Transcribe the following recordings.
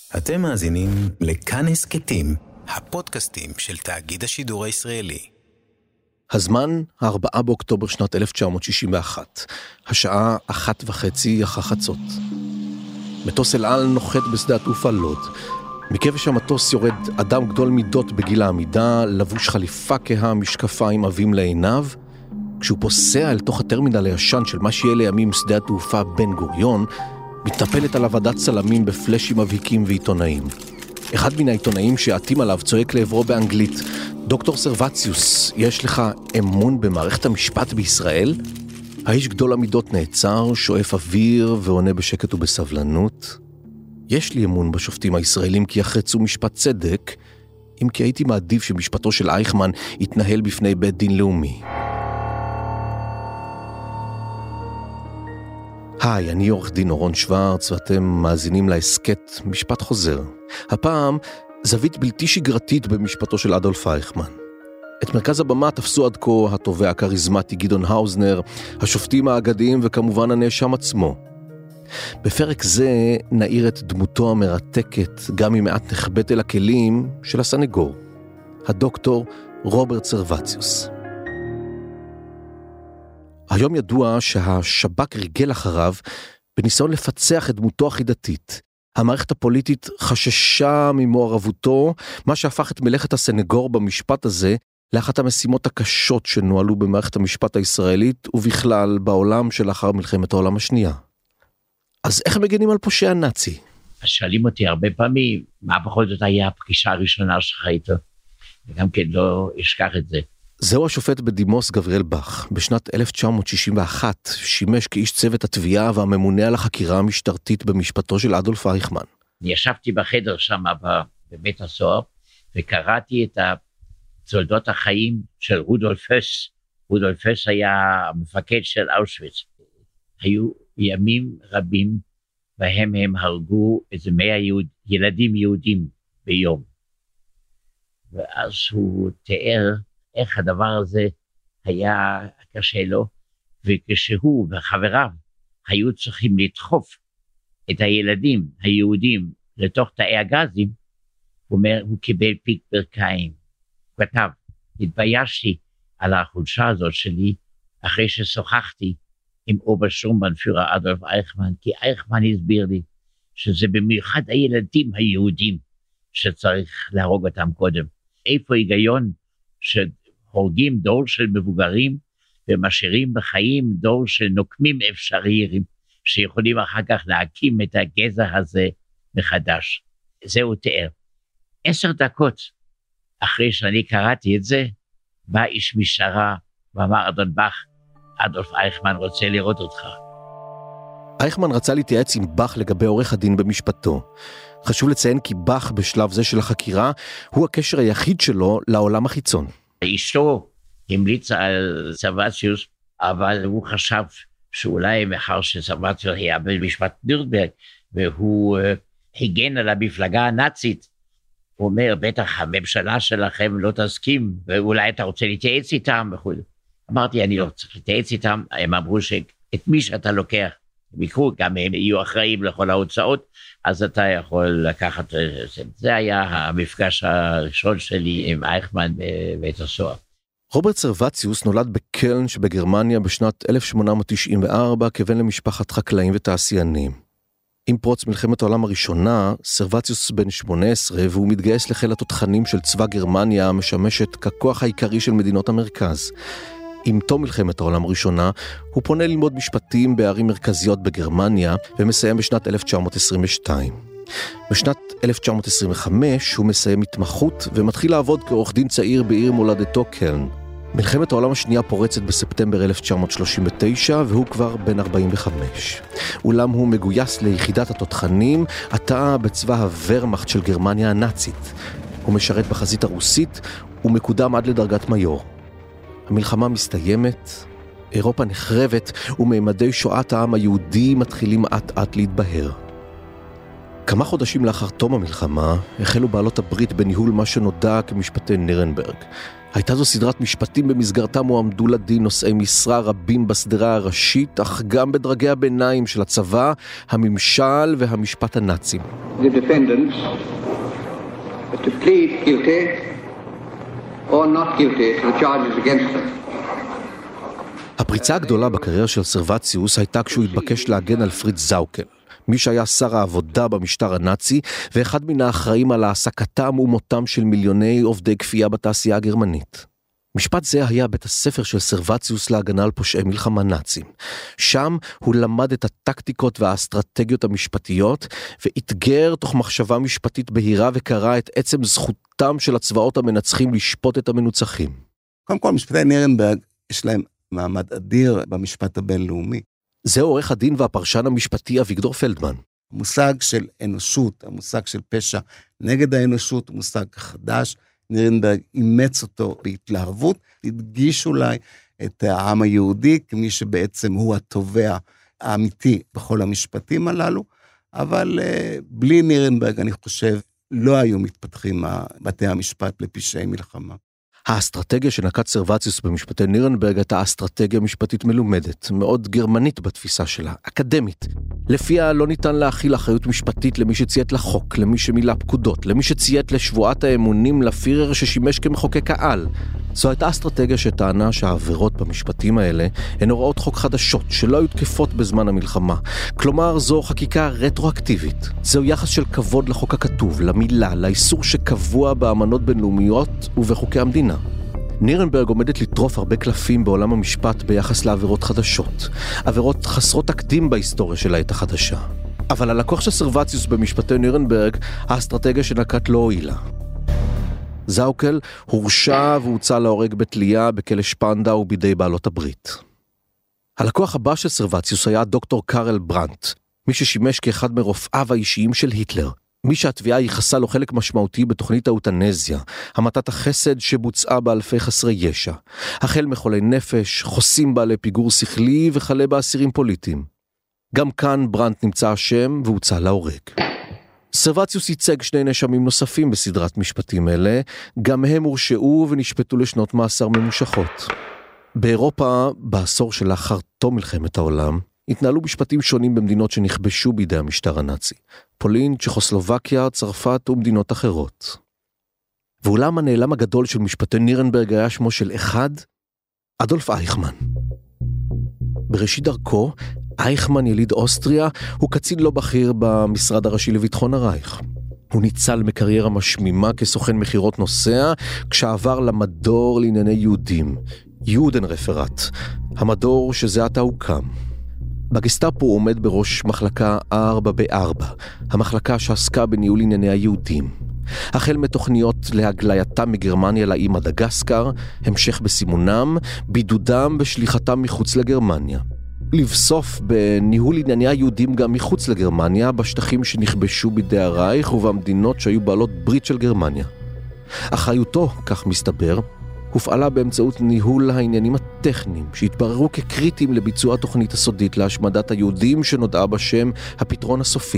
אתם מאזינים לכאן הסכתים, הפודקאסטים של תאגיד השידור הישראלי. הזמן 4 באוקטובר שנת 1961, השעה 1:30 אחר חצות. מטוס אל על נוחת בשדה התעופה לוד. מכבש המטוס יורד אדם גדול מידות בגיל העמידה, לבוש חליפה כהה, משקפיים עבים לעיניו. כשהוא פוסע אל תוך הטרמינל הישן של מה שיהיה לימים שדה התעופה בן גוריון, מתנפלת עליו עדת צלמים בפלשים מבהיקים ועיתונאים. אחד מן העיתונאים שעטים עליו צועק לעברו באנגלית, דוקטור סרווציוס, יש לך אמון במערכת המשפט בישראל? האיש גדול המידות נעצר, שואף אוויר ועונה בשקט ובסבלנות. יש לי אמון בשופטים הישראלים כי יחרצו משפט צדק, אם כי הייתי מעדיף שמשפטו של אייכמן יתנהל בפני בית דין לאומי. היי, אני עורך דין אורון שוורץ, ואתם מאזינים להסכת משפט חוזר. הפעם, זווית בלתי שגרתית במשפטו של אדולף אייכמן. את מרכז הבמה תפסו עד כה התובע הכריזמטי גדעון האוזנר, השופטים האגדיים וכמובן הנאשם עצמו. בפרק זה נעיר את דמותו המרתקת, גם אם מעט נחבט אל הכלים, של הסנגור, הדוקטור רוברט סרווציוס. היום ידוע שהשב"כ ריגל אחריו בניסיון לפצח את דמותו החידתית. המערכת הפוליטית חששה ממעורבותו, מה שהפך את מלאכת הסנגור במשפט הזה לאחת המשימות הקשות שנועלו במערכת המשפט הישראלית ובכלל בעולם שלאחר מלחמת העולם השנייה. אז איך מגנים על פושע נאצי? שואלים אותי הרבה פעמים, מה בכל זאת היה הפגישה הראשונה שלך איתו? וגם כן לא אשכח את זה. זהו השופט בדימוס גבריאל בך. בשנת 1961 שימש כאיש צוות התביעה והממונה על החקירה המשטרתית במשפטו של אדולף אייכמן. אני ישבתי בחדר שם בבית הסוהר, וקראתי את תולדות החיים של רודולף הס. רודולף הס היה המפקד של אושוויץ. היו ימים רבים בהם הם הרגו איזה 100 ילדים יהודים ביום. ואז הוא תיאר איך הדבר הזה היה קשה לו, וכשהוא וחבריו היו צריכים לדחוף את הילדים היהודים לתוך תאי הגזים, הוא אומר, הוא קיבל פיק ברכיים. הוא כתב, התביישתי על החולשה הזאת שלי, אחרי ששוחחתי עם אוברשטורמבנפירר אדולף אייכמן, כי אייכמן הסביר לי, שזה במיוחד הילדים היהודים, שצריך להרוג אותם קודם. איפה היגיון הורגים דור של מבוגרים, ומשאירים בחיים דור של נוקמים אפשריים, שיכולים אחר כך להקים את הגזע הזה מחדש. זהו תיאר. 10 דקות אחרי שאני קראתי את זה, בא איש משטרה, ואמר אדון בך, אדולף אייכמן רוצה לראות אותך. אייכמן רצה להתייעץ עם בך לגבי עורך הדין במשפטו. חשוב לציין כי בך בשלב זה של החקירה, הוא הקשר היחיד שלו לעולם החיצון. אשתו המליצה על סרווציוס, אבל הוא חשב שאולי מאחר שסרווציוס היה במשפט נירנברג, והוא הגן על המפלגה הנאצית, הוא אומר, בטח הממשלה שלכם לא תסכים, ואולי אתה רוצה להתייעץ איתם וכו'. אמרתי, אני לא צריך להתייעץ איתם, הם אמרו שאת מי שאתה לוקח, ביקרו, גם הם יהיו אחראים לכל ההוצאות, אז אתה יכול לקחת, זה היה המפגש הראשון שלי עם אייכמן בבית הסוהר. רוברט סרווציוס נולד בקלן שבגרמניה בשנת 1894 כבן למשפחת חקלאים ותעשיינים. עם פרוץ מלחמת העולם הראשונה, סרווציוס בן 18 והוא מתגייס לחיל התותחנים של צבא גרמניה המשמשת ככוח העיקרי של מדינות המרכז. עם תום מלחמת העולם הראשונה, הוא פונה ללמוד משפטים בערים מרכזיות בגרמניה, ומסיים בשנת 1922. בשנת 1925 הוא מסיים התמחות, ומתחיל לעבוד כעורך דין צעיר בעיר מולדתו קלן. מלחמת העולם השנייה פורצת בספטמבר 1939, והוא כבר בן 45. אולם הוא מגויס ליחידת התותחנים, עתה בצבא הוורמאכט של גרמניה הנאצית. הוא משרת בחזית הרוסית, ומקודם עד לדרגת מיור. המלחמה מסתיימת, אירופה נחרבת, וממדי שואת העם היהודי מתחילים עט להתבהר. כמה חודשים לאחר תום המלחמה, החלו בעלות הברית בניהול מה שנודע כמשפטי נירנברג. הייתה זו סדרת משפטים במסגרתם הועמדו לדין נושאי משרה רבים בסדרה הראשית, אך גם בדרגי הביניים של הצבא, הממשל והמשפט הנאצים. The defendants to plead guilty or not guilty to the charges against them. הפריצה הגדולה בקריירה של סרווציוס הייתה כשהוא התבקש להגן על פריץ זאוקל, מי שהיה שר העבודה במשטר הנאצי, ואחד מן האחראים על העסקתם ומותם של מיליוני עובדי כפייה בתעשייה הגרמנית. משפט זה היה בית הספר של סרווציוס להגנה על פושעי מלחמה נאצים. שם הוא למד את הטקטיקות והאסטרטגיות המשפטיות, והתגר תוך מחשבה משפטית בהירה וקרא את עצם זכותם של הצבאות המנצחים לשפוט את המנוצחים. קודם כל, משפטי נירנברג יש להם מעמד אדיר במשפט הבינלאומי. זהו עורך הדין והפרשן המשפטי אביגדור פלדמן. המושג של אנושות, המושג של פשע נגד האנושות, הוא מושג חדש. נירנברג אימץ אותו בהתלהבות, הדגיש אולי את העם היהודי, כמי שבעצם הוא התובע האמיתי בכל המשפטים הללו, אבל בלי נירנברג, אני חושב, לא היו מתפתחים בתי המשפט לפשעי מלחמה. האסטרטגיה שנקט סרווציוס במשפטי נירנברג הייתה אסטרטגיה משפטית מלומדת, מאוד גרמנית בתפיסה שלה, אקדמית. לפיה לא ניתן להכיל אחריות משפטית למי שציית לחוק, למי שמילא פקודות, למי שציית לשבועת האמונים לפירר ששימש כמחוקק העל. זו הייתה אסטרטגיה שטענה שהעבירות במשפטים האלה הן הוראות חוק חדשות שלא היו תקפות בזמן המלחמה. כלומר, זו חקיקה רטרואקטיבית. זהו יחס של כבוד לחוק הכתוב, למילה, לאיסור שקבוע באמנות בינלאומיות ובחוקי המדינה. נירנברג עומדת לטרוף הרבה קלפים בעולם המשפט ביחס לעבירות חדשות. עבירות חסרות תקדים בהיסטוריה של העת החדשה. אבל הלקוח של סרווציוס במשפטי נירנברג, האסטרטגיה שנקט לא הועילה. זאוקל הורשע והוצא להורג בתלייה בכלא שפנדאו בידי בעלות הברית. הלקוח הבא של סרווציוס היה דוקטור קארל ברנט, מי ששימש כאחד מרופאיו האישיים של היטלר, מי שהתביעה ייחסה לו חלק משמעותי בתוכנית האוטנזיה, המתת החסד שבוצעה באלפי חסרי ישע, החל מחולי נפש, חוסים בעלי פיגור שכלי וכלה באסירים פוליטיים. גם כאן ברנט נמצא אשם והוצא להורג. סרווציוס ייצג שני נאשמים נוספים בסדרת משפטים אלה, גם הם הורשעו ונשפטו לשנות מאסר ממושכות. באירופה, בעשור שלאחר תום מלחמת העולם, התנהלו משפטים שונים במדינות שנכבשו בידי המשטר הנאצי, פולין, צ'כוסלובקיה, צרפת ומדינות אחרות. ואולם הנעלם הגדול של משפטי נירנברג היה שמו של אחד, אדולף אייכמן. בראשית דרכו, אייכמן יליד אוסטריה הוא קצין לא בכיר במשרד הראשי לביטחון הרייך. הוא ניצל מקריירה משמימה כסוכן מחירות נוסע, כשעבר למדור לענייני יהודים, יודן רפרט, המדור שזה עתה הוקם. בגסטאפו הוא עומד בראש מחלקה 4B4, המחלקה שעסקה בניהול ענייני היהודים. החל מתוכניות להגלייתם מגרמניה לאי מדגסקר, המשך בסימונם, בידודם ושליחתם מחוץ לגרמניה. לבסוף בניהול ענייני היהודים גם מחוץ לגרמניה, בשטחים שנכבשו בידי הרייך ובמדינות שהיו בעלות ברית של גרמניה. אחריותו, כך מסתבר, הופעלה באמצעות ניהול העניינים הטכניים, שהתבררו כקריטיים לביצוע התוכנית הסודית להשמדת היהודים שנודעה בשם הפתרון הסופי.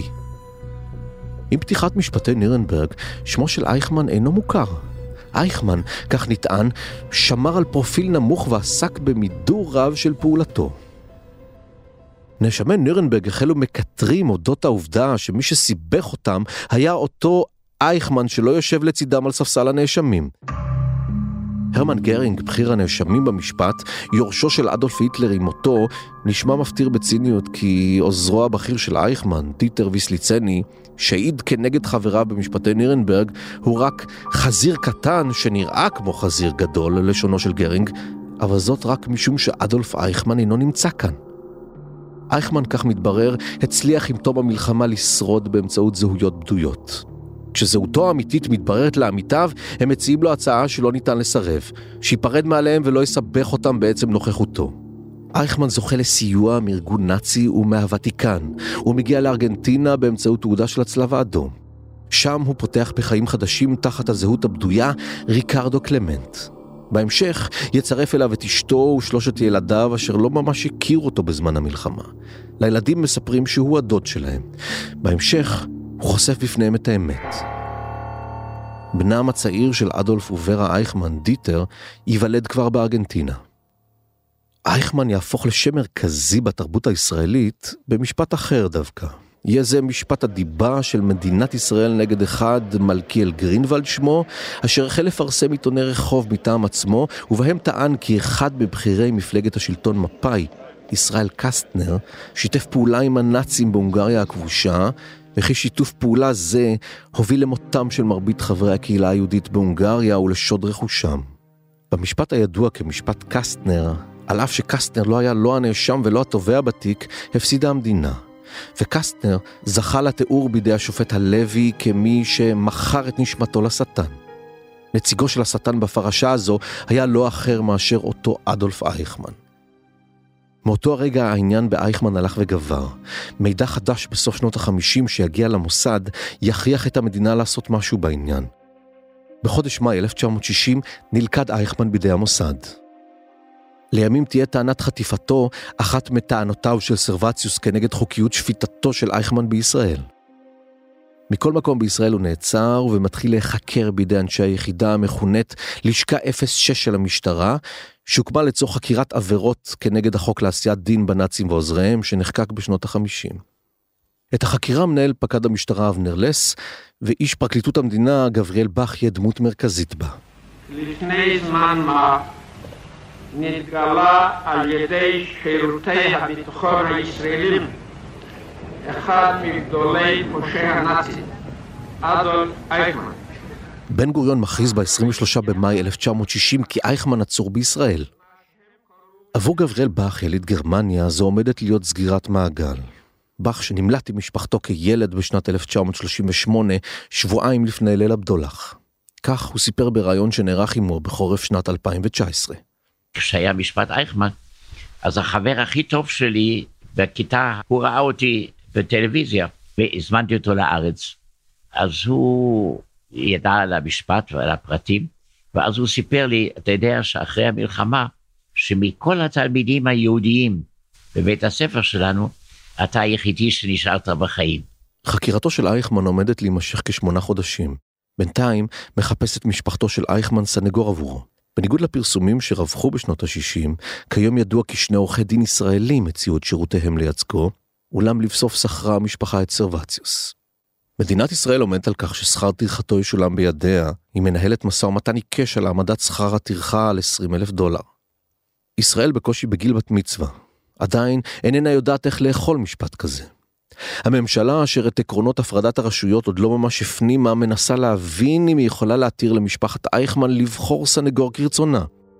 עם פתיחת משפטי נירנברג, שמו של אייכמן אינו מוכר. אייכמן, כך נטען, שמר על פרופיל נמוך ועסק במידור רב של פעולתו. נאשמי נירנברג החלו מקטרים אודות העובדה שמי שסיבך אותם היה אותו אייכמן שלא יושב לצידם על ספסל הנאשמים. הרמן גרינג, בחיר הנאשמים במשפט, יורשו של אדולף היטלר עם מותו, נשמע מפתיר בציניות כי עוזרו הבכיר של אייכמן, טיטר ויסליצני, שהעיד כנגד חבריו במשפטי נירנברג, הוא רק חזיר קטן שנראה כמו חזיר גדול ללשונו של גרינג, אבל זאת רק משום שאדולף אייכמן אינו נמצא כאן. אייכמן, כך מתברר, הצליח עם תום המלחמה לשרוד באמצעות זהויות בדויות. כשזהותו האמיתית מתבררת לעמיתיו, הם מציעים לו הצעה שלא ניתן לסרב, שיפרד מעליהם ולא יסבך אותם בעצם נוכחותו. אייכמן זוכה לסיוע מארגון נאצי ומהוותיקן. הוא מגיע לארגנטינה באמצעות תעודה של הצלב האדום. שם הוא פותח בחיים חדשים תחת הזהות הבדויה, ריקרדו קלמנט. בהמשך יצרף אליו את אשתו ושלושת ילדיו אשר לא ממש הכירו אותו בזמן המלחמה. לילדים מספרים שהוא הדוד שלהם. בהמשך הוא חושף בפניהם את האמת. בנם הצעיר של אדולף וורה אייכמן, דיטר, ייוולד כבר בארגנטינה. אייכמן יהפוך לשם מרכזי בתרבות הישראלית במשפט אחר דווקא. יהיה זה משפט הדיבה של מדינת ישראל נגד אחד, מלכיאל גרינוולד שמו, אשר החל לפרסם עיתוני רחוב מטעם עצמו, ובהם טען כי אחד מבכירי מפלגת השלטון מפא"י, ישראל קסטנר, שיתף פעולה עם הנאצים בהונגריה הכבושה, וכי שיתוף פעולה זה הוביל למותם של מרבית חברי הקהילה היהודית בהונגריה ולשוד רכושם. במשפט הידוע כמשפט קסטנר, על אף שקסטנר לא היה לא הנאשם ולא התובע בתיק, הפסידה המדינה. וקסטנר זכה לתיאור בידי השופט הלוי כמי שמכר את נשמתו לשטן. נציגו של השטן בפרשה הזו היה לא אחר מאשר אותו אדולף אייכמן. מאותו הרגע העניין באייכמן הלך וגבר. מידע חדש בסוף שנות ה-50 שיגיע למוסד יכריח את המדינה לעשות משהו בעניין. בחודש מאי 1960 נלכד אייכמן בידי המוסד. לימים תהיה טענת חטיפתו אחת מטענותיו של סרווציוס כנגד חוקיות שפיטתו של אייכמן בישראל. מכל מקום בישראל הוא נעצר ומתחיל להיחקר בידי אנשי היחידה המכונת לשכה 06 של המשטרה, שהוקמה לצורך חקירת עבירות כנגד החוק לעשיית דין בנאצים ועוזריהם שנחקק בשנות ה-50. את החקירה מנהל פקד המשטרה אבנר לס, ואיש פרקליטות המדינה גבריאל בך יהיה דמות מרכזית בה. לפני זמן מה נתגלה על ידי שירותי הביטחון הישראלים אחד מגדולי פושעי הנאצים, אדולף אייכמן. בן גוריון מכריז ב-23 במאי 1960 כי אייכמן עצור בישראל. עבור גבריאל בך, יליד גרמניה, זו עומדת להיות סגירת מעגל. בך שנמלט עם משפחתו כילד בשנת 1938, שבועיים לפני ליל הבדולח. כך הוא סיפר בראיון שנערך עמו בחורף שנת 2019. כשהיה משפט אייכמן, אז החבר הכי טוב שלי בכיתה, הוא ראה אותי בטלוויזיה, והזמנתי אותו לארץ. אז הוא ידע על המשפט ועל הפרטים, ואז הוא סיפר לי, אתה יודע שאחרי המלחמה, שמכל התלמידים היהודיים בבית הספר שלנו, אתה היחידי שנשארת בחיים. חקירתו של אייכמן עומדת להימשך כ8 חודשים. בינתיים מחפשת משפחתו של אייכמן סנגור עבורו. בניגוד לפרסומים שרווחו בשנות ה-60, כיום ידוע כי 2 עורכי דין ישראלים הציעו את שירותיהם לייצגו, אולם לבסוף שכרה המשפחה את סרווציוס. מדינת ישראל עומדת על כך ששכר טרחתו ישולם בידיה, היא מנהלת משא ומתן עיקש על העמדת שכר הטרחה על $20,000. ישראל בקושי בגיל בת מצווה, עדיין איננה יודעת איך לאכול משפט כזה. הממשלה אשר את עקרונות הפרדת הרשויות עוד לא ממש הפנימה, מנסה להבין אם היא יכולה להתיר למשפחת אייכמן לבחור סנגור כרצונה.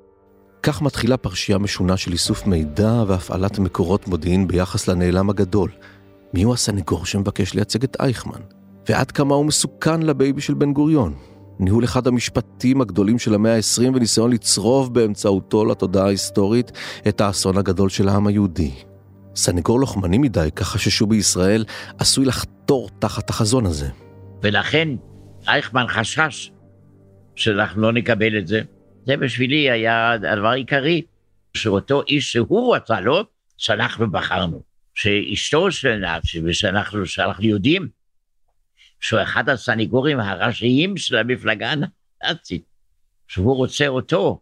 כך מתחילה פרשייה משונה של איסוף מידע והפעלת מקורות מודיעין ביחס לנעלם הגדול. מי הוא הסנגור שמבקש לייצג את אייכמן? ועד כמה הוא מסוכן לבייבי של בן גוריון? ניהול אחד המשפטים הגדולים של המאה ה-20 וניסיון לצרוב באמצעותו לתודעה ההיסטורית את האסון הגדול של העם היהודי. סנגור לוחמני מדי, כך חששו בישראל, עשוי לחתור תחת החזון הזה. ולכן אייכמן חשש שאנחנו לא נקבל את זה. זה בשבילי היה הדבר העיקרי, שאותו איש שהוא רצה לו, שאנחנו בחרנו. שאשתו שלנו, שאנחנו יודעים, שהוא אחד הסניגורים הראשיים של המפלגה הנאצית, שהוא רוצה אותו,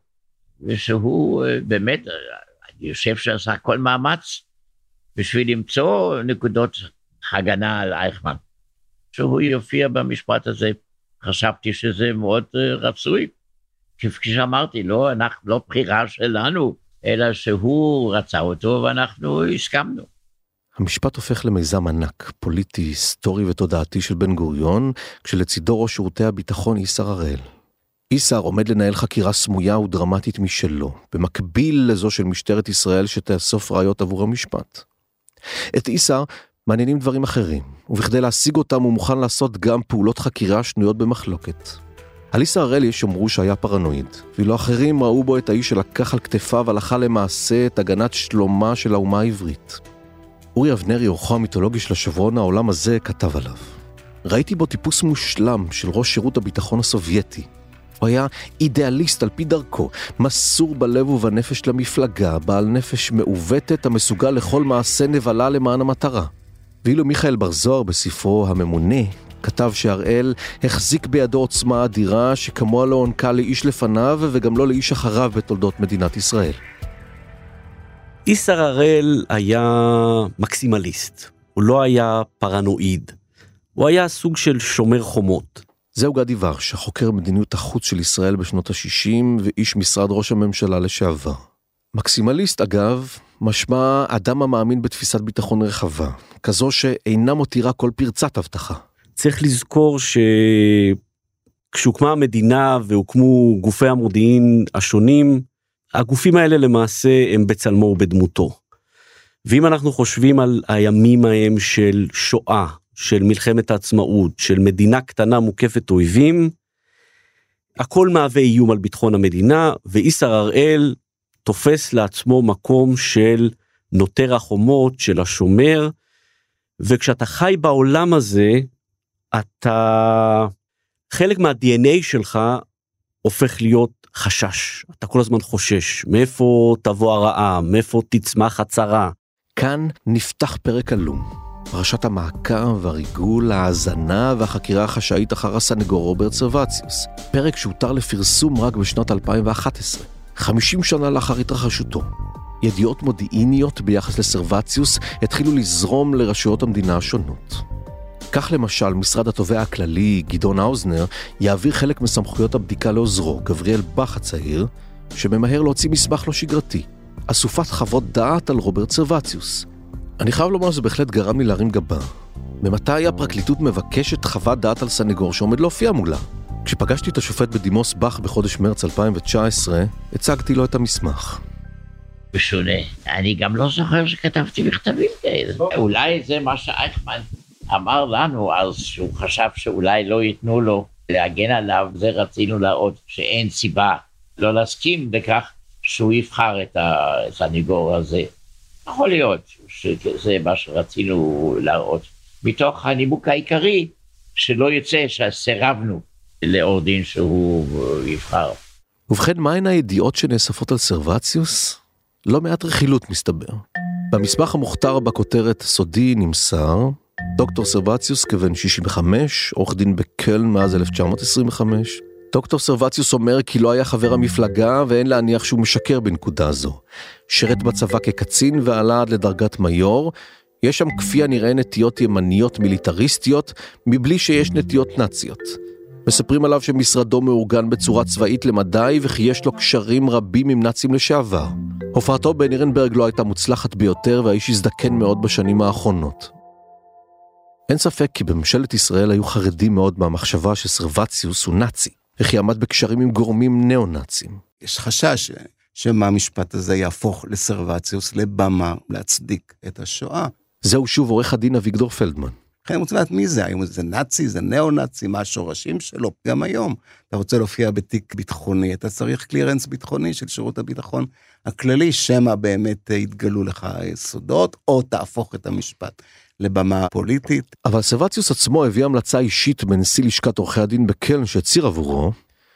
ושהוא באמת, אני חושב שעשה כל מאמץ, בשביל למצוא נקודות הגנה על אייכמן. שהוא יופיע במשפט הזה, חשבתי שזה מאוד רצוי. כפי שאמרתי, לא בחירה שלנו, אלא שהוא רצה אותו ואנחנו הסכמנו. המשפט הופך למיזם ענק, פוליטי, היסטורי ותודעתי של בן גוריון, כשלצידו ראש שירותי הביטחון איסר הראל. איסר עומד לנהל חקירה סמויה ודרמטית משלו, במקביל לזו של משטרת ישראל שתאסוף ראיות עבור המשפט. את איסר מעניינים דברים אחרים, ובכדי להשיג אותם הוא מוכן לעשות גם פעולות חקירה שנויות במחלוקת. על איסר הראל יש אומרו שהיה פרנואיד, ואילו אחרים ראו בו את האיש שלקח על כתפיו הלכה למעשה את הגנת שלומה של האומה העברית. אורי אבנרי, אורחו המיתולוגי של השבועון העולם הזה, כתב עליו: ראיתי בו טיפוס מושלם של ראש שירות הביטחון הסובייטי. הוא היה אידיאליסט על פי דרכו, מסור בלב ובנפש למפלגה, בעל נפש מעוותת המסוגל לכל מעשה נבלה למען המטרה. ואילו מיכאל בר זוהר בספרו הממונה כתב שהראל החזיק בידו עוצמה אדירה שכמוה לא הוענקה לאיש לפניו וגם לא לאיש אחריו בתולדות מדינת ישראל. איסר הראל היה מקסימליסט, הוא לא היה פרנואיד, הוא היה סוג של שומר חומות. זהו גדי ורש, חוקר מדיניות החוץ של ישראל בשנות ה-60 ואיש משרד ראש הממשלה לשעבר. מקסימליסט אגב, משמע אדם המאמין בתפיסת ביטחון רחבה, כזו שאינה מותירה כל פרצת הבטחה. צריך לזכור שכשהוקמה המדינה והוקמו גופי המודיעין השונים, הגופים האלה למעשה הם בצלמו ובדמותו. ואם אנחנו חושבים על הימים ההם של שואה, של מלחמת העצמאות, של מדינה קטנה מוקפת אויבים, הכל מהווה איום על ביטחון המדינה, ואיסר הראל תופס לעצמו מקום של נוטר החומות, של השומר, וכשאתה חי בעולם הזה, אתה, חלק מה-DNA שלך הופך להיות חשש. אתה כל הזמן חושש, מאיפה תבוא הרעה, מאיפה תצמח הצרה. כאן נפתח פרק עלום. פרשת המעקב, הריגול, ההאזנה והחקירה החשאית אחר הסנגור רוברט סרבציוס. פרק שהותר לפרסום רק בשנת 2011, 50 שנה לאחר התרחשותו. ידיעות מודיעיניות ביחס לסרבציוס התחילו לזרום לרשויות המדינה השונות. כך למשל, משרד התובע הכללי, גדעון האוזנר, יעביר חלק מסמכויות הבדיקה לעוזרו, גבריאל בח הצעיר, שממהר להוציא מסמך לא שגרתי, אסופת חוות דעת על רוברט סרבציוס. אני חייב לומר שזה בהחלט גרם לי להרים גבה. ממתי הפרקליטות מבקשת חוות דעת על סנגור שעומד להופיע מולה? כשפגשתי את השופט בדימוס בח בחודש מרץ 2019, הצגתי לו את המסמך. בשונה, אני גם לא זוכר שכתבתי מכתבים כאלה. אולי זה מה שאייכמן אמר לנו אז, שהוא חשב שאולי לא ייתנו לו להגן עליו, זה רצינו להראות שאין סיבה לא להסכים בכך שהוא יבחר את הסניגור הזה. יכול להיות שזה מה שרצינו להראות, מתוך הנימוק העיקרי שלא יצא שסירבנו לעורך דין שהוא יבחר. ובכן, מהן הידיעות שנאספות על סרבציוס? לא מעט רכילות מסתבר. במסמך המוכתר בכותרת סודי נמסר, דוקטור סרבציוס כבן 65, עורך דין בקלן מאז 1925. דוקטור סרבציוס אומר כי לא היה חבר המפלגה ואין להניח שהוא משקר בנקודה זו. שרת בצבא כקצין ועלה עד לדרגת מיור. יש שם כפי הנראה נטיות ימניות מיליטריסטיות מבלי שיש נטיות נאציות. מספרים עליו שמשרדו מאורגן בצורה צבאית למדי וכי יש לו קשרים רבים עם נאצים לשעבר. הופעתו בנירנברג לא הייתה מוצלחת ביותר והאיש הזדקן מאוד בשנים האחרונות. אין ספק כי בממשלת ישראל היו חרדים מאוד מהמחשבה שסרבציוס הוא נאצי, וכי עמד בקשרים עם גורמים נאו-נאצים. יש חשש שהמשפט הזה יהפוך לסרבציוס לבמה להצדיק את השואה. זהו שוב עורך הדין אביגדור פלדמן. לכן רוצה לדעת מי זה, האם זה נאצי, זה נאו-נאצי, מה השורשים שלו. גם היום, אתה רוצה להופיע בתיק ביטחוני, אתה צריך קלירנס ביטחוני של שירות הביטחון הכללי, שמה באמת יתגלו לך סודות, או תהפוך את המשפט לבמה פוליטית. אבל סרבציוס עצמו הביא המלצה אישית בנשיא לשכת עורכי הדין בקלן שהציר עבורו.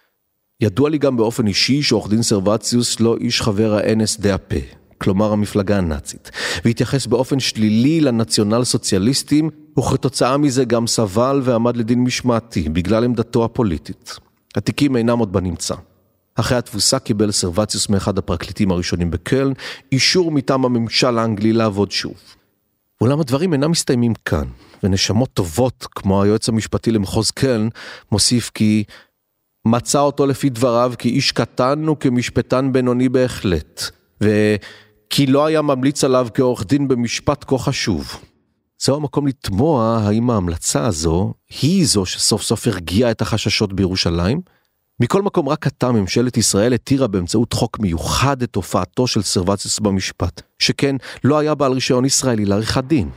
ידוע לי גם באופן אישי שעורך דין סרבציוס לא איש חבר ה-NSDAP, כלומר המפלגה הנאצית, והתייחס באופן שלילי לנציונל סוציאליסטים, וכתוצאה מזה גם סבל ועמד לדין משמעתי בגלל עמדתו הפוליטית. התיקים אינם עוד בנמצא. אחרי התבוסה קיבל סרבציוס מאחד הפרקליטים הראשונים בקלן אישור מטעם הממשל האנגלי לעבוד שוב. אולם הדברים אינם מסתיימים כאן, ונשמות טובות, כמו היועץ המשפטי למחוז קלן, מוסיף כי מצא אותו לפי דבריו כאיש קטן וכמשפטן בינוני בהחלט, וכי לא היה ממליץ עליו כעורך דין במשפט כה חשוב. זהו המקום לתמוע האם ההמלצה הזו היא זו שסוף סוף הרגיעה את החששות בירושלים. מכל מקום רק עתה ממשלת ישראל התירה באמצעות חוק מיוחד את הופעתו של סרבציוס במשפט, שכן לא היה בעל רישיון ישראלי לעריכת דין.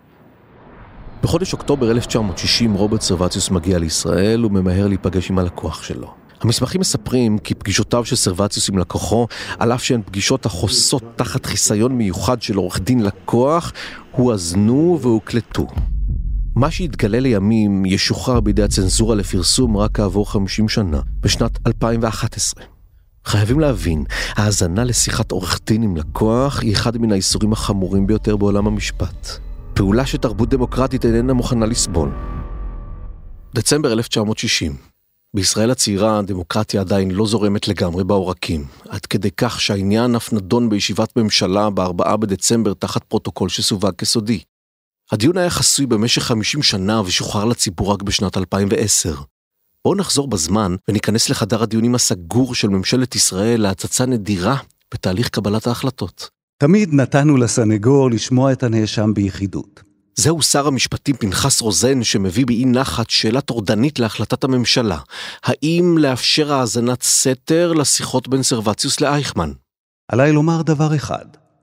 בחודש אוקטובר 1960 רוברט סרבציוס מגיע לישראל וממהר להיפגש עם הלקוח שלו. המסמכים מספרים כי פגישותיו של סרבציוס עם לקוחו, על אף שהן פגישות החוסות תחת חיסיון מיוחד של עורך דין לקוח, הואזנו והוקלטו. מה שהתגלה לימים ישוחרר בידי הצנזורה לפרסום רק כעבור 50 שנה, בשנת 2011. חייבים להבין, ההאזנה לשיחת עורך דין עם לקוח היא אחד מן האיסורים החמורים ביותר בעולם המשפט. פעולה שתרבות דמוקרטית איננה מוכנה לסבול. דצמבר 1960. בישראל הצעירה הדמוקרטיה עדיין לא זורמת לגמרי בעורקים, עד כדי כך שהעניין אף נדון בישיבת ממשלה ב4 בדצמבר תחת פרוטוקול שסווג כסודי. הדיון היה חסוי במשך 50 שנה ושוחרר לציבור רק בשנת 2010. בואו נחזור בזמן וניכנס לחדר הדיונים הסגור של ממשלת ישראל להצצה נדירה בתהליך קבלת ההחלטות. תמיד נתנו לסנגור לשמוע את הנאשם ביחידות. זהו שר המשפטים פנחס רוזן שמביא באי נחת שאלה טורדנית להחלטת הממשלה. האם לאפשר האזנת סתר לשיחות בין סרווציוס לאייכמן? עליי לומר דבר אחד,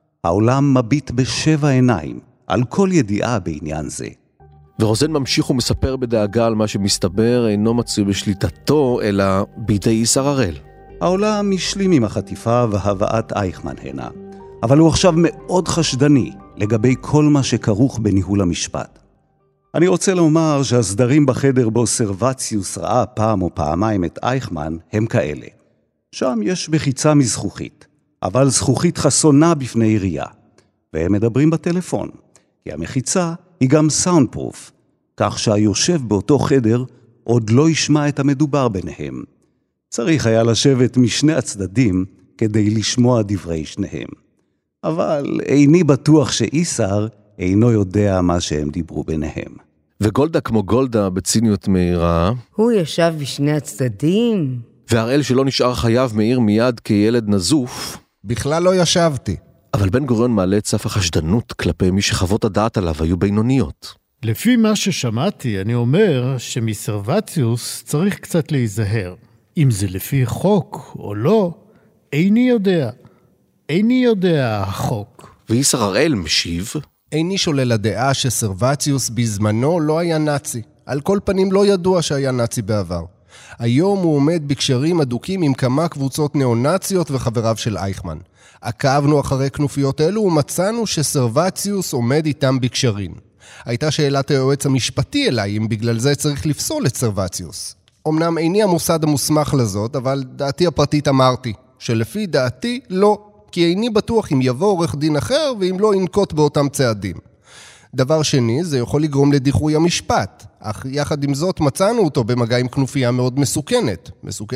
העולם מביט ב7 עיניים על כל ידיעה בעניין זה. ורוזן ממשיך ומספר בדאגה על מה שמסתבר אינו מצוי בשליטתו, אלא בידי איסר הראל. העולם השלים עם החטיפה והבאת אייכמן הנה, אבל הוא עכשיו מאוד חשדני לגבי כל מה שכרוך בניהול המשפט. אני רוצה לומר שהסדרים בחדר בו סרווציוס ראה פעם או פעמיים את אייכמן הם כאלה. שם יש מחיצה מזכוכית, אבל זכוכית חסונה בפני עירייה, והם מדברים בטלפון, כי המחיצה היא גם סאונד פרוף, כך שהיושב באותו חדר עוד לא ישמע את המדובר ביניהם. צריך היה לשבת משני הצדדים כדי לשמוע דברי שניהם. אבל איני בטוח שאיסר אינו יודע מה שהם דיברו ביניהם. וגולדה כמו גולדה בציניות מהירה. הוא ישב בשני הצדדים. והראל שלא נשאר חייב מאיר מיד כילד נזוף. בכלל לא ישבתי. אבל בן גוריון מעלה את סף החשדנות כלפי מי שחוות הדעת עליו היו בינוניות. לפי מה ששמעתי, אני אומר שמסרווציוס צריך קצת להיזהר. אם זה לפי חוק או לא, איני יודע. איני יודע החוק. ואיסר הראל משיב. איני שולל לדעה שסרווציוס בזמנו לא היה נאצי. על כל פנים לא ידוע שהיה נאצי בעבר. היום הוא עומד בקשרים אדוקים עם כמה קבוצות נאו-נאציות וחבריו של אייכמן. עקבנו אחרי כנופיות אלו ומצאנו שסרווציוס עומד איתם בקשרים. הייתה שאלת היועץ המשפטי אליי אם בגלל זה צריך לפסול את סרווציוס. אמנם איני המוסד המוסמך לזאת, אבל דעתי הפרטית אמרתי, שלפי דעתי לא, כי איני בטוח אם יבוא עורך דין אחר ואם לא ינקוט באותם צעדים. דבר שני, זה יכול לגרום לדיחוי המשפט, אך יחד עם זאת מצאנו אותו במגע עם כנופיה מאוד מסוכנת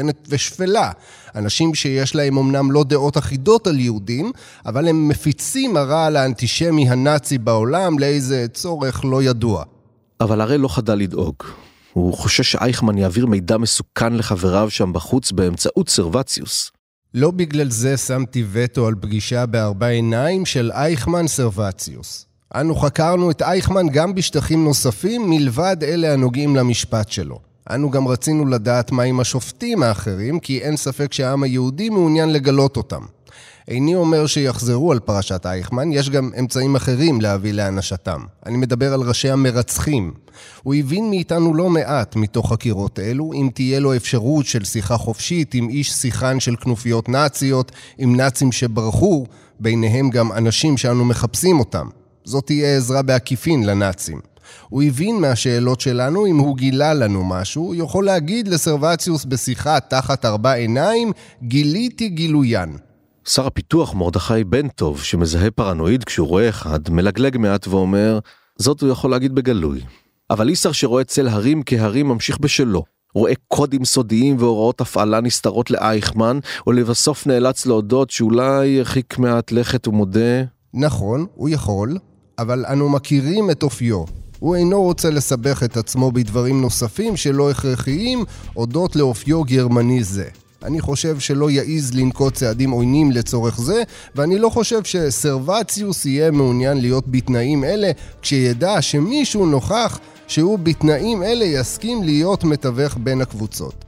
ושפלה. אנשים שיש להם אמנם לא דעות אחידות על יהודים, אבל הם מפיצים הרעל האנטישמי הנאצי בעולם לאיזה צורך לא ידוע. אבל הרי לא חדל לדאוג. הוא חושש שאייכמן יעביר מידע מסוכן לחבריו שם בחוץ באמצעות סרווציוס. לא בגלל זה שמתי וטו על פגישה בארבע עיניים של אייכמן סרווציוס. אנו חקרנו את אייכמן גם בשטחים נוספים מלבד אלה הנוגעים למשפט שלו. אנו גם רצינו לדעת מה עם השופטים האחרים, כי אין ספק שהעם היהודי מעוניין לגלות אותם. איני אומר שיחזרו על פרשת אייכמן, יש גם אמצעים אחרים להביא לאנשתם. אני מדבר על ראשי המרצחים. הוא הבין מאיתנו לא מעט מתוך חקירות אלו, אם תהיה לו אפשרות של שיחה חופשית עם איש שיחן של כנופיות נאציות, עם נאצים שברחו, ביניהם גם אנשים שאנו מחפשים אותם. זאת תהיה עזרה בעקיפין לנאצים. הוא הבין מהשאלות שלנו, אם הוא גילה לנו משהו, הוא יכול להגיד לסרווציוס בשיחה תחת ארבע עיניים, גיליתי גילוין. שר הפיתוח מרדכי בן טוב, שמזהה פרנואיד כשהוא רואה אחד, מלגלג מעט ואומר, זאת הוא יכול להגיד בגלוי. אבל איסר שרואה צל הרים כהרים ממשיך בשלו. רואה קודים סודיים והוראות הפעלה נסתרות לאייכמן, ולבסוף נאלץ להודות שאולי ירחיק מעט לכת ומודה. נכון, הוא יכול, אבל אנו מכירים את אופיו. הוא אינו רוצה לסבך את עצמו בדברים נוספים שלא הכרחיים, הודות לאופיו גרמני זה. אני חושב שלא יעיז לנקוט צעדים עוינים לצורך זה, ואני לא חושב שסרווציוס יהיה מעוניין להיות בתנאים אלה, כשידע שמישהו נוכח שהוא בתנאים אלה יסכים להיות מתווך בין הקבוצות.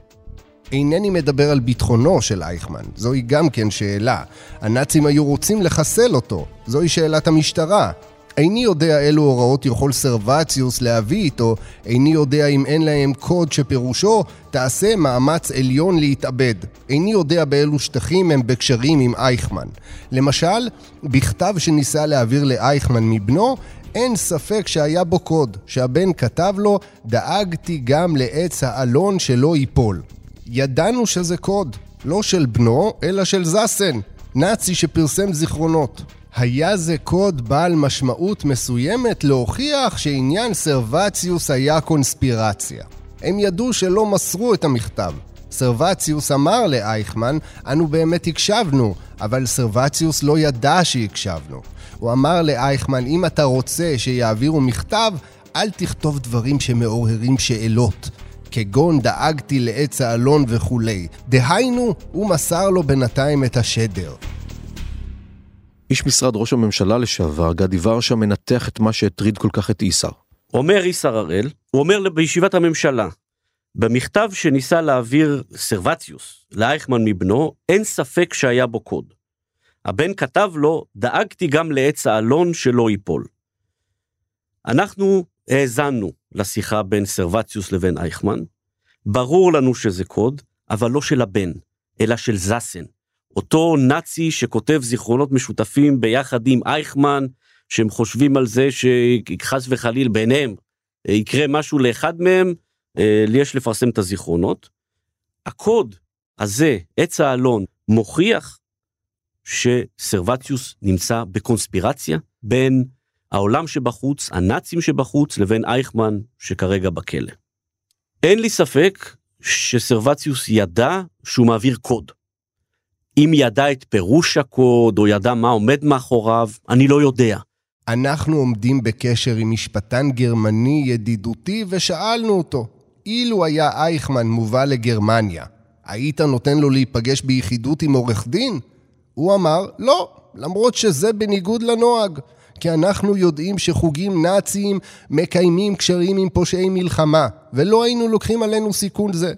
אינני מדבר על ביטחונו של אייכמן, זוהי גם כן שאלה. הנאצים היו רוצים לחסל אותו, זוהי שאלת המשטרה. איני יודע אילו הוראות יכול סרווציוס להביא איתו, איני יודע אם אין להם קוד שפירושו תעשה מאמץ עליון להתאבד. איני יודע באילו שטחים הם בקשרים עם אייכמן. למשל, בכתב שניסה להעביר לאייכמן מבנו, אין ספק שהיה בו קוד, שהבן כתב לו, דאגתי גם לעץ האלון שלא ייפול. ידענו שזה קוד, לא של בנו, אלא של זסן, נאצי שפרסם זיכרונות. היה זה קוד בעל משמעות מסוימת להוכיח שעניין סרווציוס היה קונספירציה. הם ידעו שלא מסרו את המכתב. סרבציוס אמר לאייכמן, אנו באמת הקשבנו, אבל סרבציוס לא ידע שהקשבנו. הוא אמר לאייכמן, אם אתה רוצה שיעבירו מכתב, אל תכתוב דברים שמעוררים שאלות, כגון דאגתי לעץ האלון וכולי. דהיינו, הוא מסר לו בינתיים את השדר. איש משרד ראש הממשלה לשעבר, גדי ורשה, מנתח את מה שהטריד כל כך את איסר. אומר איסר הראל, הוא אומר בישיבת הממשלה, במכתב שניסה להעביר סרבציוס לאייכמן מבנו, אין ספק שהיה בו קוד. הבן כתב לו, דאגתי גם לעץ האלון שלא ייפול. אנחנו האזנו לשיחה בין סרבציוס לבין אייכמן, ברור לנו שזה קוד, אבל לא של הבן, אלא של זסן, אותו נאצי שכותב זיכרונות משותפים ביחד עם אייכמן, שהם חושבים על זה שחס וחליל ביניהם יקרה משהו לאחד מהם, לי יש לפרסם את הזיכרונות. הקוד הזה, עץ האלון, מוכיח שסרבציוס נמצא בקונספירציה בין העולם שבחוץ, הנאצים שבחוץ, לבין אייכמן שכרגע בכלא. אין לי ספק שסרבציוס ידע שהוא מעביר קוד. אם ידע את פירוש הקוד, או ידע מה עומד מאחוריו, אני לא יודע. אנחנו עומדים בקשר עם משפטן גרמני ידידותי ושאלנו אותו, אילו היה אייכמן מובא לגרמניה, היית נותן לו להיפגש ביחידות עם עורך דין? הוא אמר, לא, למרות שזה בניגוד לנוהג, כי אנחנו יודעים שחוגים נאציים מקיימים קשרים עם פושעי מלחמה, ולא היינו לוקחים עלינו סיכון זה.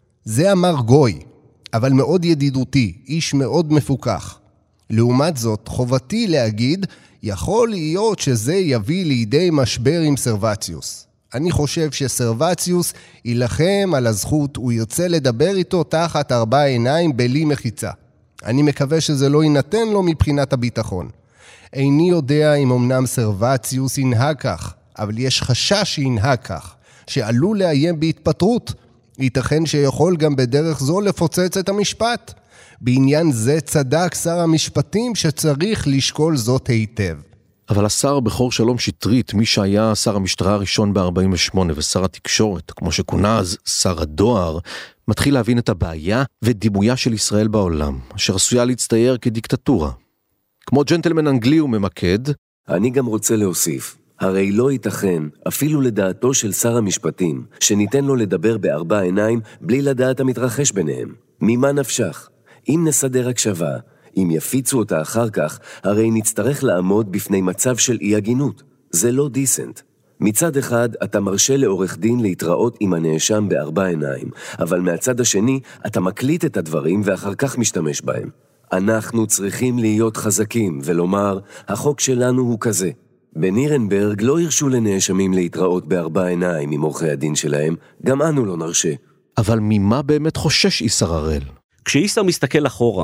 זה אמר גוי, אבל מאוד ידידותי, איש מאוד מפוקח. לעומת זאת, חובתי להגיד, יכול להיות שזה יביא לידי משבר עם סרבציוס. אני חושב שסרבציוס ילחם על הזכות, הוא ירצה לדבר איתו תחת 4 עיניים בלי מחיצה. אני מקווה שזה לא יינתן לו מבחינת הביטחון. איני יודע אם אמנם סרבציוס ינהג כך, אבל יש חשש שינהג כך, שעלול לאיים בהתפטרות. ייתכן שיכול גם בדרך זו לפוצץ את המשפט. בעניין זה צדק שר המשפטים שצריך לשקול זאת היטב. אבל השר בכור שלום שטרית, מי שהיה שר המשטרה הראשון ב-48 ושר התקשורת, כמו שכונה אז שר הדואר, מתחיל להבין את הבעיה ודימויה של ישראל בעולם, אשר עשויה להצטייר כדיקטטורה. כמו ג'נטלמן אנגלי הוא ממקד, אני גם רוצה להוסיף, הרי לא ייתכן, אפילו לדעתו של שר המשפטים, שניתן לו לדבר ב4 עיניים בלי לדעת המתרחש ביניהם. ממה נפשך? אם נסדר הקשבה, אם יפיצו אותה אחר כך, הרי נצטרך לעמוד בפני מצב של אי-הגינות. זה לא דיסנט. מצד אחד, אתה מרשה לעורך דין להתראות עם הנאשם ב4 עיניים, אבל מהצד השני, אתה מקליט את הדברים ואחר כך משתמש בהם. אנחנו צריכים להיות חזקים ולומר, החוק שלנו הוא כזה. בנירנברג לא הרשו לנאשמים להתראות ב4 עיניים עם עורכי הדין שלהם, גם אנו לא נרשה. אבל ממה באמת חושש איסר הראל? כשאיסר מסתכל אחורה,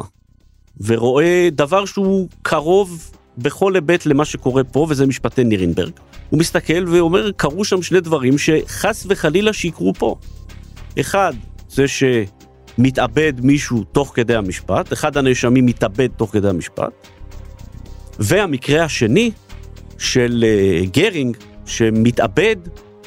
ורואה דבר שהוא קרוב בכל היבט למה שקורה פה, וזה משפטי נירנברג, הוא מסתכל ואומר, קרו שם 2 דברים שחס וחלילה שיקרו פה. אחד, זה שמתאבד מישהו תוך כדי המשפט, אחד הנאשמים מתאבד תוך כדי המשפט, והמקרה השני של גרינג, שמתאבד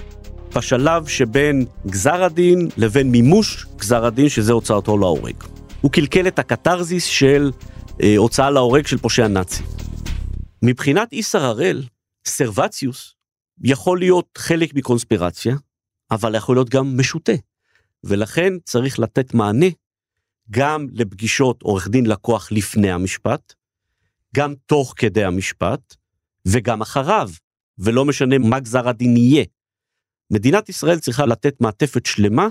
בשלב שבין גזר הדין לבין מימוש גזר הדין, שזה הוצאתו להורג. הוא קלקל את הקטרזיס של הוצאה להורג של פושע נאצי. מבחינת איסר הראל, סרבציוס יכול להיות חלק מקונספירציה, אבל יכול להיות גם משוטה. ולכן צריך לתת מענה גם לפגישות עורך דין לקוח לפני המשפט, גם תוך כדי המשפט, וגם אחריו, ולא משנה מה גזר הדין יהיה. מדינת ישראל צריכה לתת מעטפת שלמה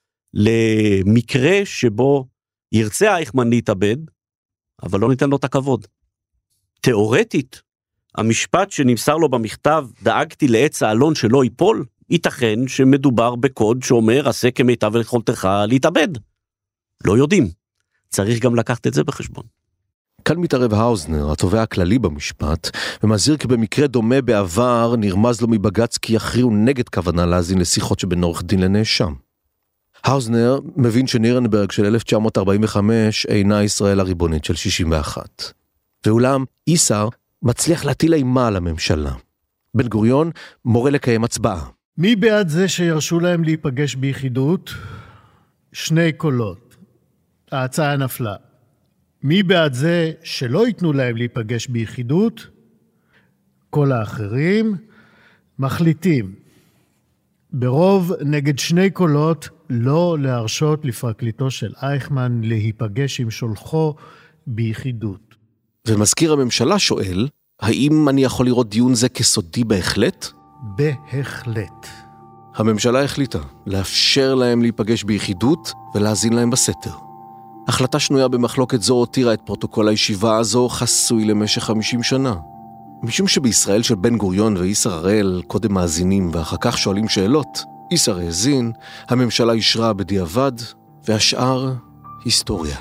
למקרה שבו ירצה אייכמן להתאבד, אבל לא ניתן לו את הכבוד. תיאורטית, המשפט שנמסר לו במכתב, דאגתי לעץ האלון שלא ייפול, ייתכן שמדובר בקוד שאומר, עשה כמיטב יכולתך להתאבד. לא יודעים. צריך גם לקחת את זה בחשבון. כאן מתערב האוזנר, התובע הכללי במשפט, ומזהיר כי במקרה דומה בעבר נרמז לו מבג"ץ כי יכריעו נגד כוונה להאזין לשיחות שבין עורך דין לנאשם. האוזנר מבין שנירנברג של 1945 אינה ישראל הריבונית של 61. ואולם, איסר מצליח להטיל אימה על הממשלה. בן גוריון מורה לקיים הצבעה. מי בעד זה שירשו להם להיפגש ביחידות? 2 קולות. ההצעה נפלה. מי בעד זה שלא ייתנו להם להיפגש ביחידות? כל האחרים מחליטים. ברוב נגד 2 קולות לא להרשות לפרקליטו של אייכמן להיפגש עם שולחו ביחידות. ומזכיר הממשלה שואל, האם אני יכול לראות דיון זה כסודי בהחלט? בהחלט. הממשלה החליטה לאפשר להם להיפגש ביחידות ולהזין להם בסתר. החלטה שנויה במחלוקת זו הותירה את פרוטוקול הישיבה הזו חסוי למשך 50 שנה. משום שבישראל של בן גוריון ואיסר הראל קודם מאזינים ואחר כך שואלים שאלות, איסר האזין, הממשלה אישרה בדיעבד, והשאר היסטוריה.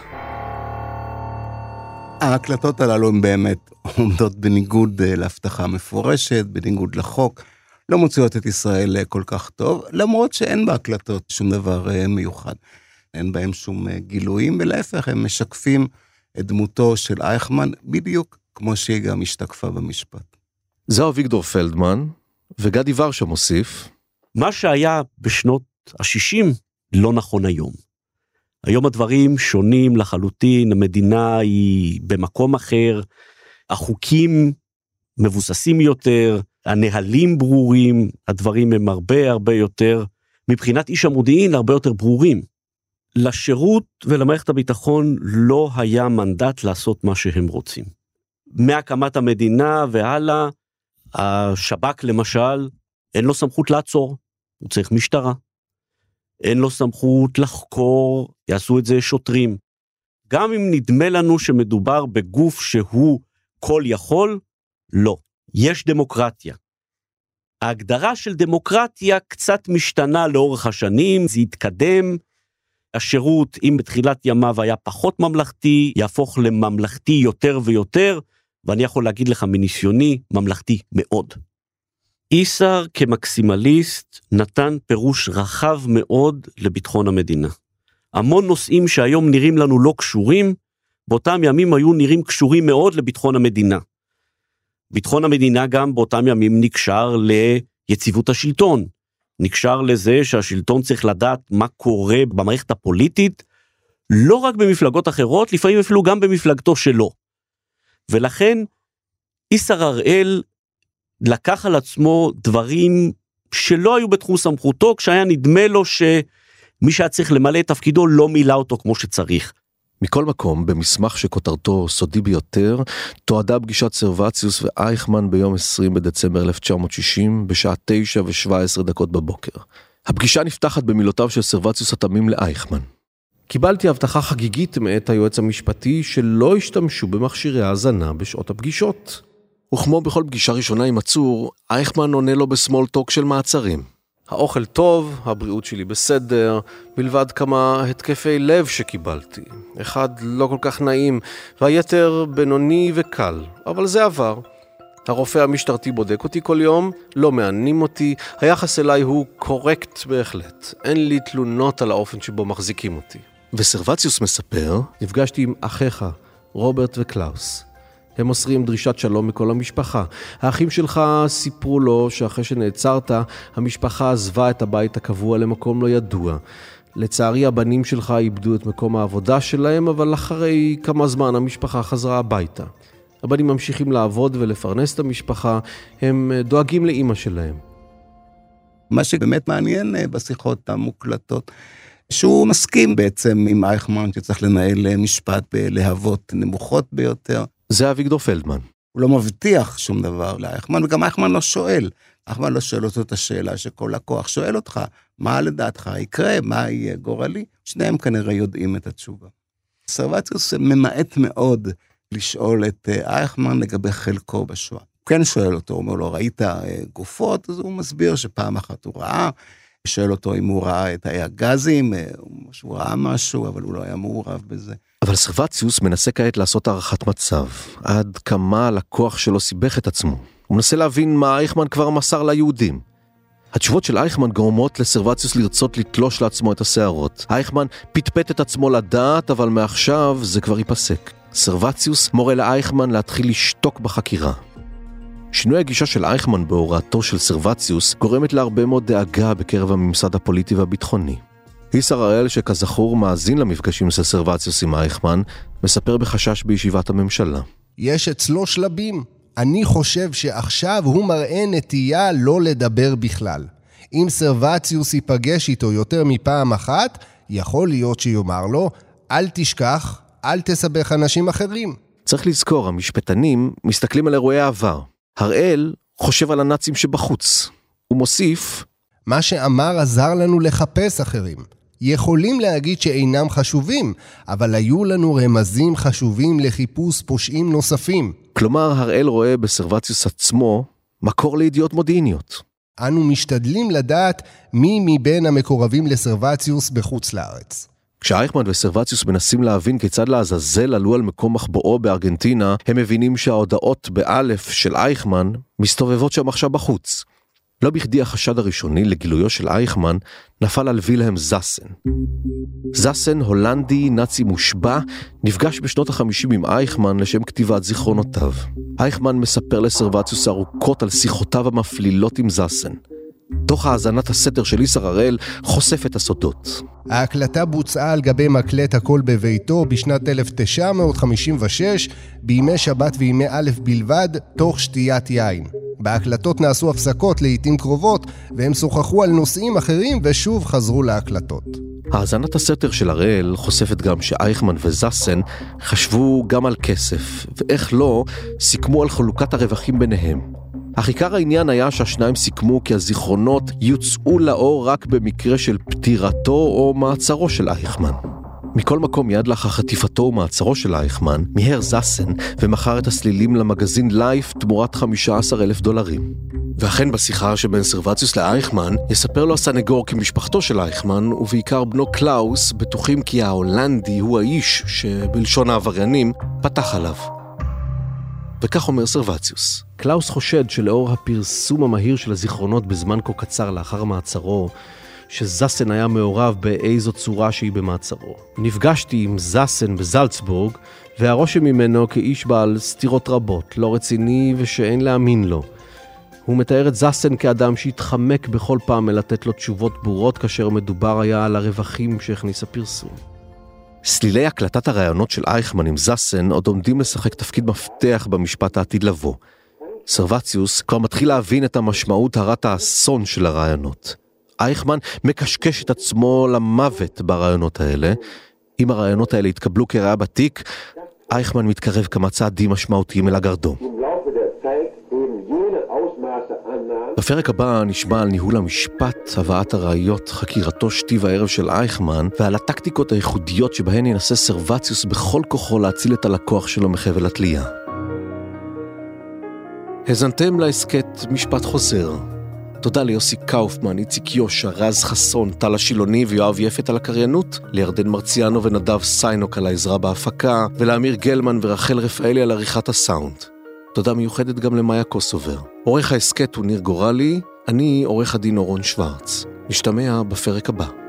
ההקלטות הללו הן באמת עומדות בניגוד להבטחה מפורשת, בניגוד לחוק, לא מוציאות את ישראל כל כך טוב, למרות שאין בהקלטות שום דבר מיוחד. אין בהם שום גילויים, ולהפך הם משקפים את דמותו של אייכמן בדיוק כמו שהיא גם השתקפה במשפט. זהו אביגדור פלדמן, וגדי ורשה מוסיף. מה שהיה בשנות ה-60 לא נכון היום. היום הדברים שונים לחלוטין, המדינה היא במקום אחר, החוקים מבוססים יותר, הנהלים ברורים, הדברים הם הרבה יותר, מבחינת איש המודיעין הרבה יותר ברורים. לשירות ולמערכת הביטחון לא היה מנדט לעשות מה שהם רוצים. מהקמת המדינה והלאה, השב"כ למשל, אין לו סמכות לעצור, הוא צריך משטרה. אין לו סמכות לחקור, יעשו את זה שוטרים. גם אם נדמה לנו שמדובר בגוף שהוא כל יכול, לא. יש דמוקרטיה. ההגדרה של דמוקרטיה קצת משתנה לאורך השנים, זה יתקדם, השירות, אם בתחילת ימיו היה פחות ממלכתי, יהפוך לממלכתי יותר ויותר, ואני יכול להגיד לך מניסיוני, ממלכתי מאוד. איסר כמקסימליסט נתן פירוש רחב מאוד לביטחון המדינה. המון נושאים שהיום נראים לנו לא קשורים, באותם ימים היו נראים קשורים מאוד לביטחון המדינה. ביטחון המדינה גם באותם ימים נקשר ליציבות השלטון, נקשר לזה שהשלטון צריך לדעת מה קורה במערכת הפוליטית, לא רק במפלגות אחרות, לפעמים אפילו גם במפלגתו שלו. ולכן איסר הראל לקח על עצמו דברים שלא היו בתחום סמכותו, כשהיה נדמה לו שמי שהיה צריך למלא את תפקידו לא מילא אותו כמו שצריך. מכל מקום, במסמך שכותרתו סודי ביותר, תועדה פגישת סרווציוס ואייכמן ביום 20 בדצמבר 1960, בשעה 9:17 בבוקר. הפגישה נפתחת במילותיו של סרווציוס התמים לאייכמן. קיבלתי הבטחה חגיגית מאת היועץ המשפטי שלא השתמשו במכשירי האזנה בשעות הפגישות. וכמו בכל פגישה ראשונה עם עצור, אייכמן עונה לו בסמול טוק של מעצרים. האוכל טוב, הבריאות שלי בסדר, מלבד כמה התקפי לב שקיבלתי. אחד לא כל כך נעים, והיתר בינוני וקל, אבל זה עבר. הרופא המשטרתי בודק אותי כל יום, לא מענים אותי, היחס אליי הוא קורקט בהחלט. אין לי תלונות על האופן שבו מחזיקים אותי. וסרווציוס מספר, נפגשתי עם אחיך, רוברט וקלאוס. הם מוסרים דרישת שלום מכל המשפחה. האחים שלך סיפרו לו שאחרי שנעצרת, המשפחה עזבה את הבית הקבוע למקום לא ידוע. לצערי הבנים שלך איבדו את מקום העבודה שלהם, אבל אחרי כמה זמן המשפחה חזרה הביתה. הבנים ממשיכים לעבוד ולפרנס את המשפחה, הם דואגים לאמא שלהם. מה שבאמת מעניין בשיחות המוקלטות, שהוא מסכים בעצם עם אייכמן שצריך לנהל משפט בלהבות נמוכות ביותר. זה אביגדור פלדמן. הוא לא מבטיח שום דבר לאייכמן, וגם אייכמן לא שואל. אייכמן לא שואל אותו את השאלה שכל לקוח שואל אותך, מה לדעתך יקרה, מה יהיה גורלי? שניהם כנראה יודעים את התשובה. סרווציוס ממעט מאוד לשאול את אייכמן לגבי חלקו בשואה. הוא כן שואל אותו, הוא אומר לו, ראית גופות? אז הוא מסביר שפעם אחת הוא ראה, שואל אותו אם הוא ראה את הגזים, הוא ראה משהו, אבל הוא לא היה מעורב בזה. אבל סרווציוס מנסה כעת לעשות הערכת מצב, עד כמה הלקוח שלו סיבך את עצמו. הוא מנסה להבין מה אייכמן כבר מסר ליהודים. התשובות של אייכמן גורמות לסרווציוס לרצות לתלוש לעצמו את השערות. אייכמן פטפט את עצמו לדעת, אבל מעכשיו זה כבר ייפסק. סרווציוס מורה לאייכמן להתחיל לשתוק בחקירה. שינוי הגישה של אייכמן בהוראתו של סרבציוס גורמת להרבה מאוד דאגה בקרב הממסד הפוליטי והביטחוני. איסר הראל, שכזכור מאזין למפגשים של סרבציוס עם אייכמן, מספר בחשש בישיבת הממשלה. יש אצלו שלבים. אני חושב שעכשיו הוא מראה נטייה לא לדבר בכלל. אם סרבציוס ייפגש איתו יותר מפעם אחת, יכול להיות שיאמר לו, אל תשכח, אל תסבך אנשים אחרים. צריך לזכור, המשפטנים מסתכלים על אירועי העבר. הראל חושב על הנאצים שבחוץ. הוא מוסיף, מה שאמר עזר לנו לחפש אחרים. יכולים להגיד שאינם חשובים, אבל היו לנו רמזים חשובים לחיפוש פושעים נוספים. כלומר, הראל רואה בסרבציוס עצמו מקור לידיעות מודיעיניות. אנו משתדלים לדעת מי מבין המקורבים לסרבציוס בחוץ לארץ. כשאייכמן וסרבציוס מנסים להבין כיצד לעזאזל עלו על מקום מחבואו בארגנטינה, הם מבינים שההודעות באלף של אייכמן מסתובבות שם עכשיו בחוץ. לא בכדי החשד הראשוני לגילויו של אייכמן נפל על וילהם זאסן. זאסן, הולנדי, נאצי מושבע, נפגש בשנות ה-50 עם אייכמן לשם כתיבת זיכרונותיו. אייכמן מספר לסרבציוס ארוכות על שיחותיו המפלילות עם זאסן. תוך האזנת הסתר של איסר הראל חושף את הסודות. ההקלטה בוצעה על גבי מקלט הקול בביתו בשנת 1956, בימי שבת וימי א' בלבד, תוך שתיית יין. בהקלטות נעשו הפסקות לעתים קרובות, והם שוחחו על נושאים אחרים ושוב חזרו להקלטות. האזנת הסתר של הראל חושפת גם שאייכמן וזאסן חשבו גם על כסף, ואיך לא, סיכמו על חלוקת הרווחים ביניהם. אך עיקר העניין היה שהשניים סיכמו כי הזיכרונות יוצאו לאור רק במקרה של פטירתו או מעצרו של אייכמן. מכל מקום, יד לאחר חטיפתו ומעצרו של אייכמן, מיהר זאסן ומכר את הסלילים למגזין לייף תמורת $15,000. ואכן בשיחה שבין סרבציוס לאייכמן, יספר לו הסנגור כי משפחתו של אייכמן, ובעיקר בנו קלאוס, בטוחים כי ההולנדי הוא האיש שבלשון העבריינים פתח עליו. וכך אומר סרבציוס. קלאוס חושד שלאור הפרסום המהיר של הזיכרונות בזמן כה קצר לאחר מעצרו, שזאסן היה מעורב באיזו צורה שהיא במעצרו. נפגשתי עם זאסן בזלצבורג, והרושם ממנו כאיש בעל סתירות רבות, לא רציני ושאין להאמין לו. הוא מתאר את זאסן כאדם שהתחמק בכל פעם מלתת לו תשובות ברורות, כאשר מדובר היה על הרווחים שהכניס הפרסום. סלילי הקלטת הרעיונות של אייכמן עם זאסן עוד עומדים לשחק תפקיד מפתח במשפט העתיד לבוא. סרבציוס כבר מתחיל להבין את המשמעות הרת האסון של הרעיונות. אייכמן מקשקש את עצמו למוות ברעיונות האלה. אם הרעיונות האלה יתקבלו כראיה בתיק, אייכמן מתקרב כמה צעדים משמעותיים אל הגרדום. בפרק הבא נשמע על ניהול המשפט, הבאת הראיות, חקירתו שתי הערב של אייכמן, ועל הטקטיקות הייחודיות שבהן ינסה סרבציוס בכל כוחו להציל את הלקוח שלו מחבל התלייה. הזנתם להסכת משפט חוזר. תודה ליוסי קאופמן, איציק יושה, רז חסון, טל השילוני ויואב יפת על הקריינות, לירדן מרציאנו ונדב סיינוק על העזרה בהפקה, ולאמיר גלמן ורחל רפאלי על עריכת הסאונד. תודה מיוחדת גם למאיה קוסובר. עורך ההסכת הוא ניר גורלי, אני עורך הדין אורון שוורץ. נשתמע בפרק הבא.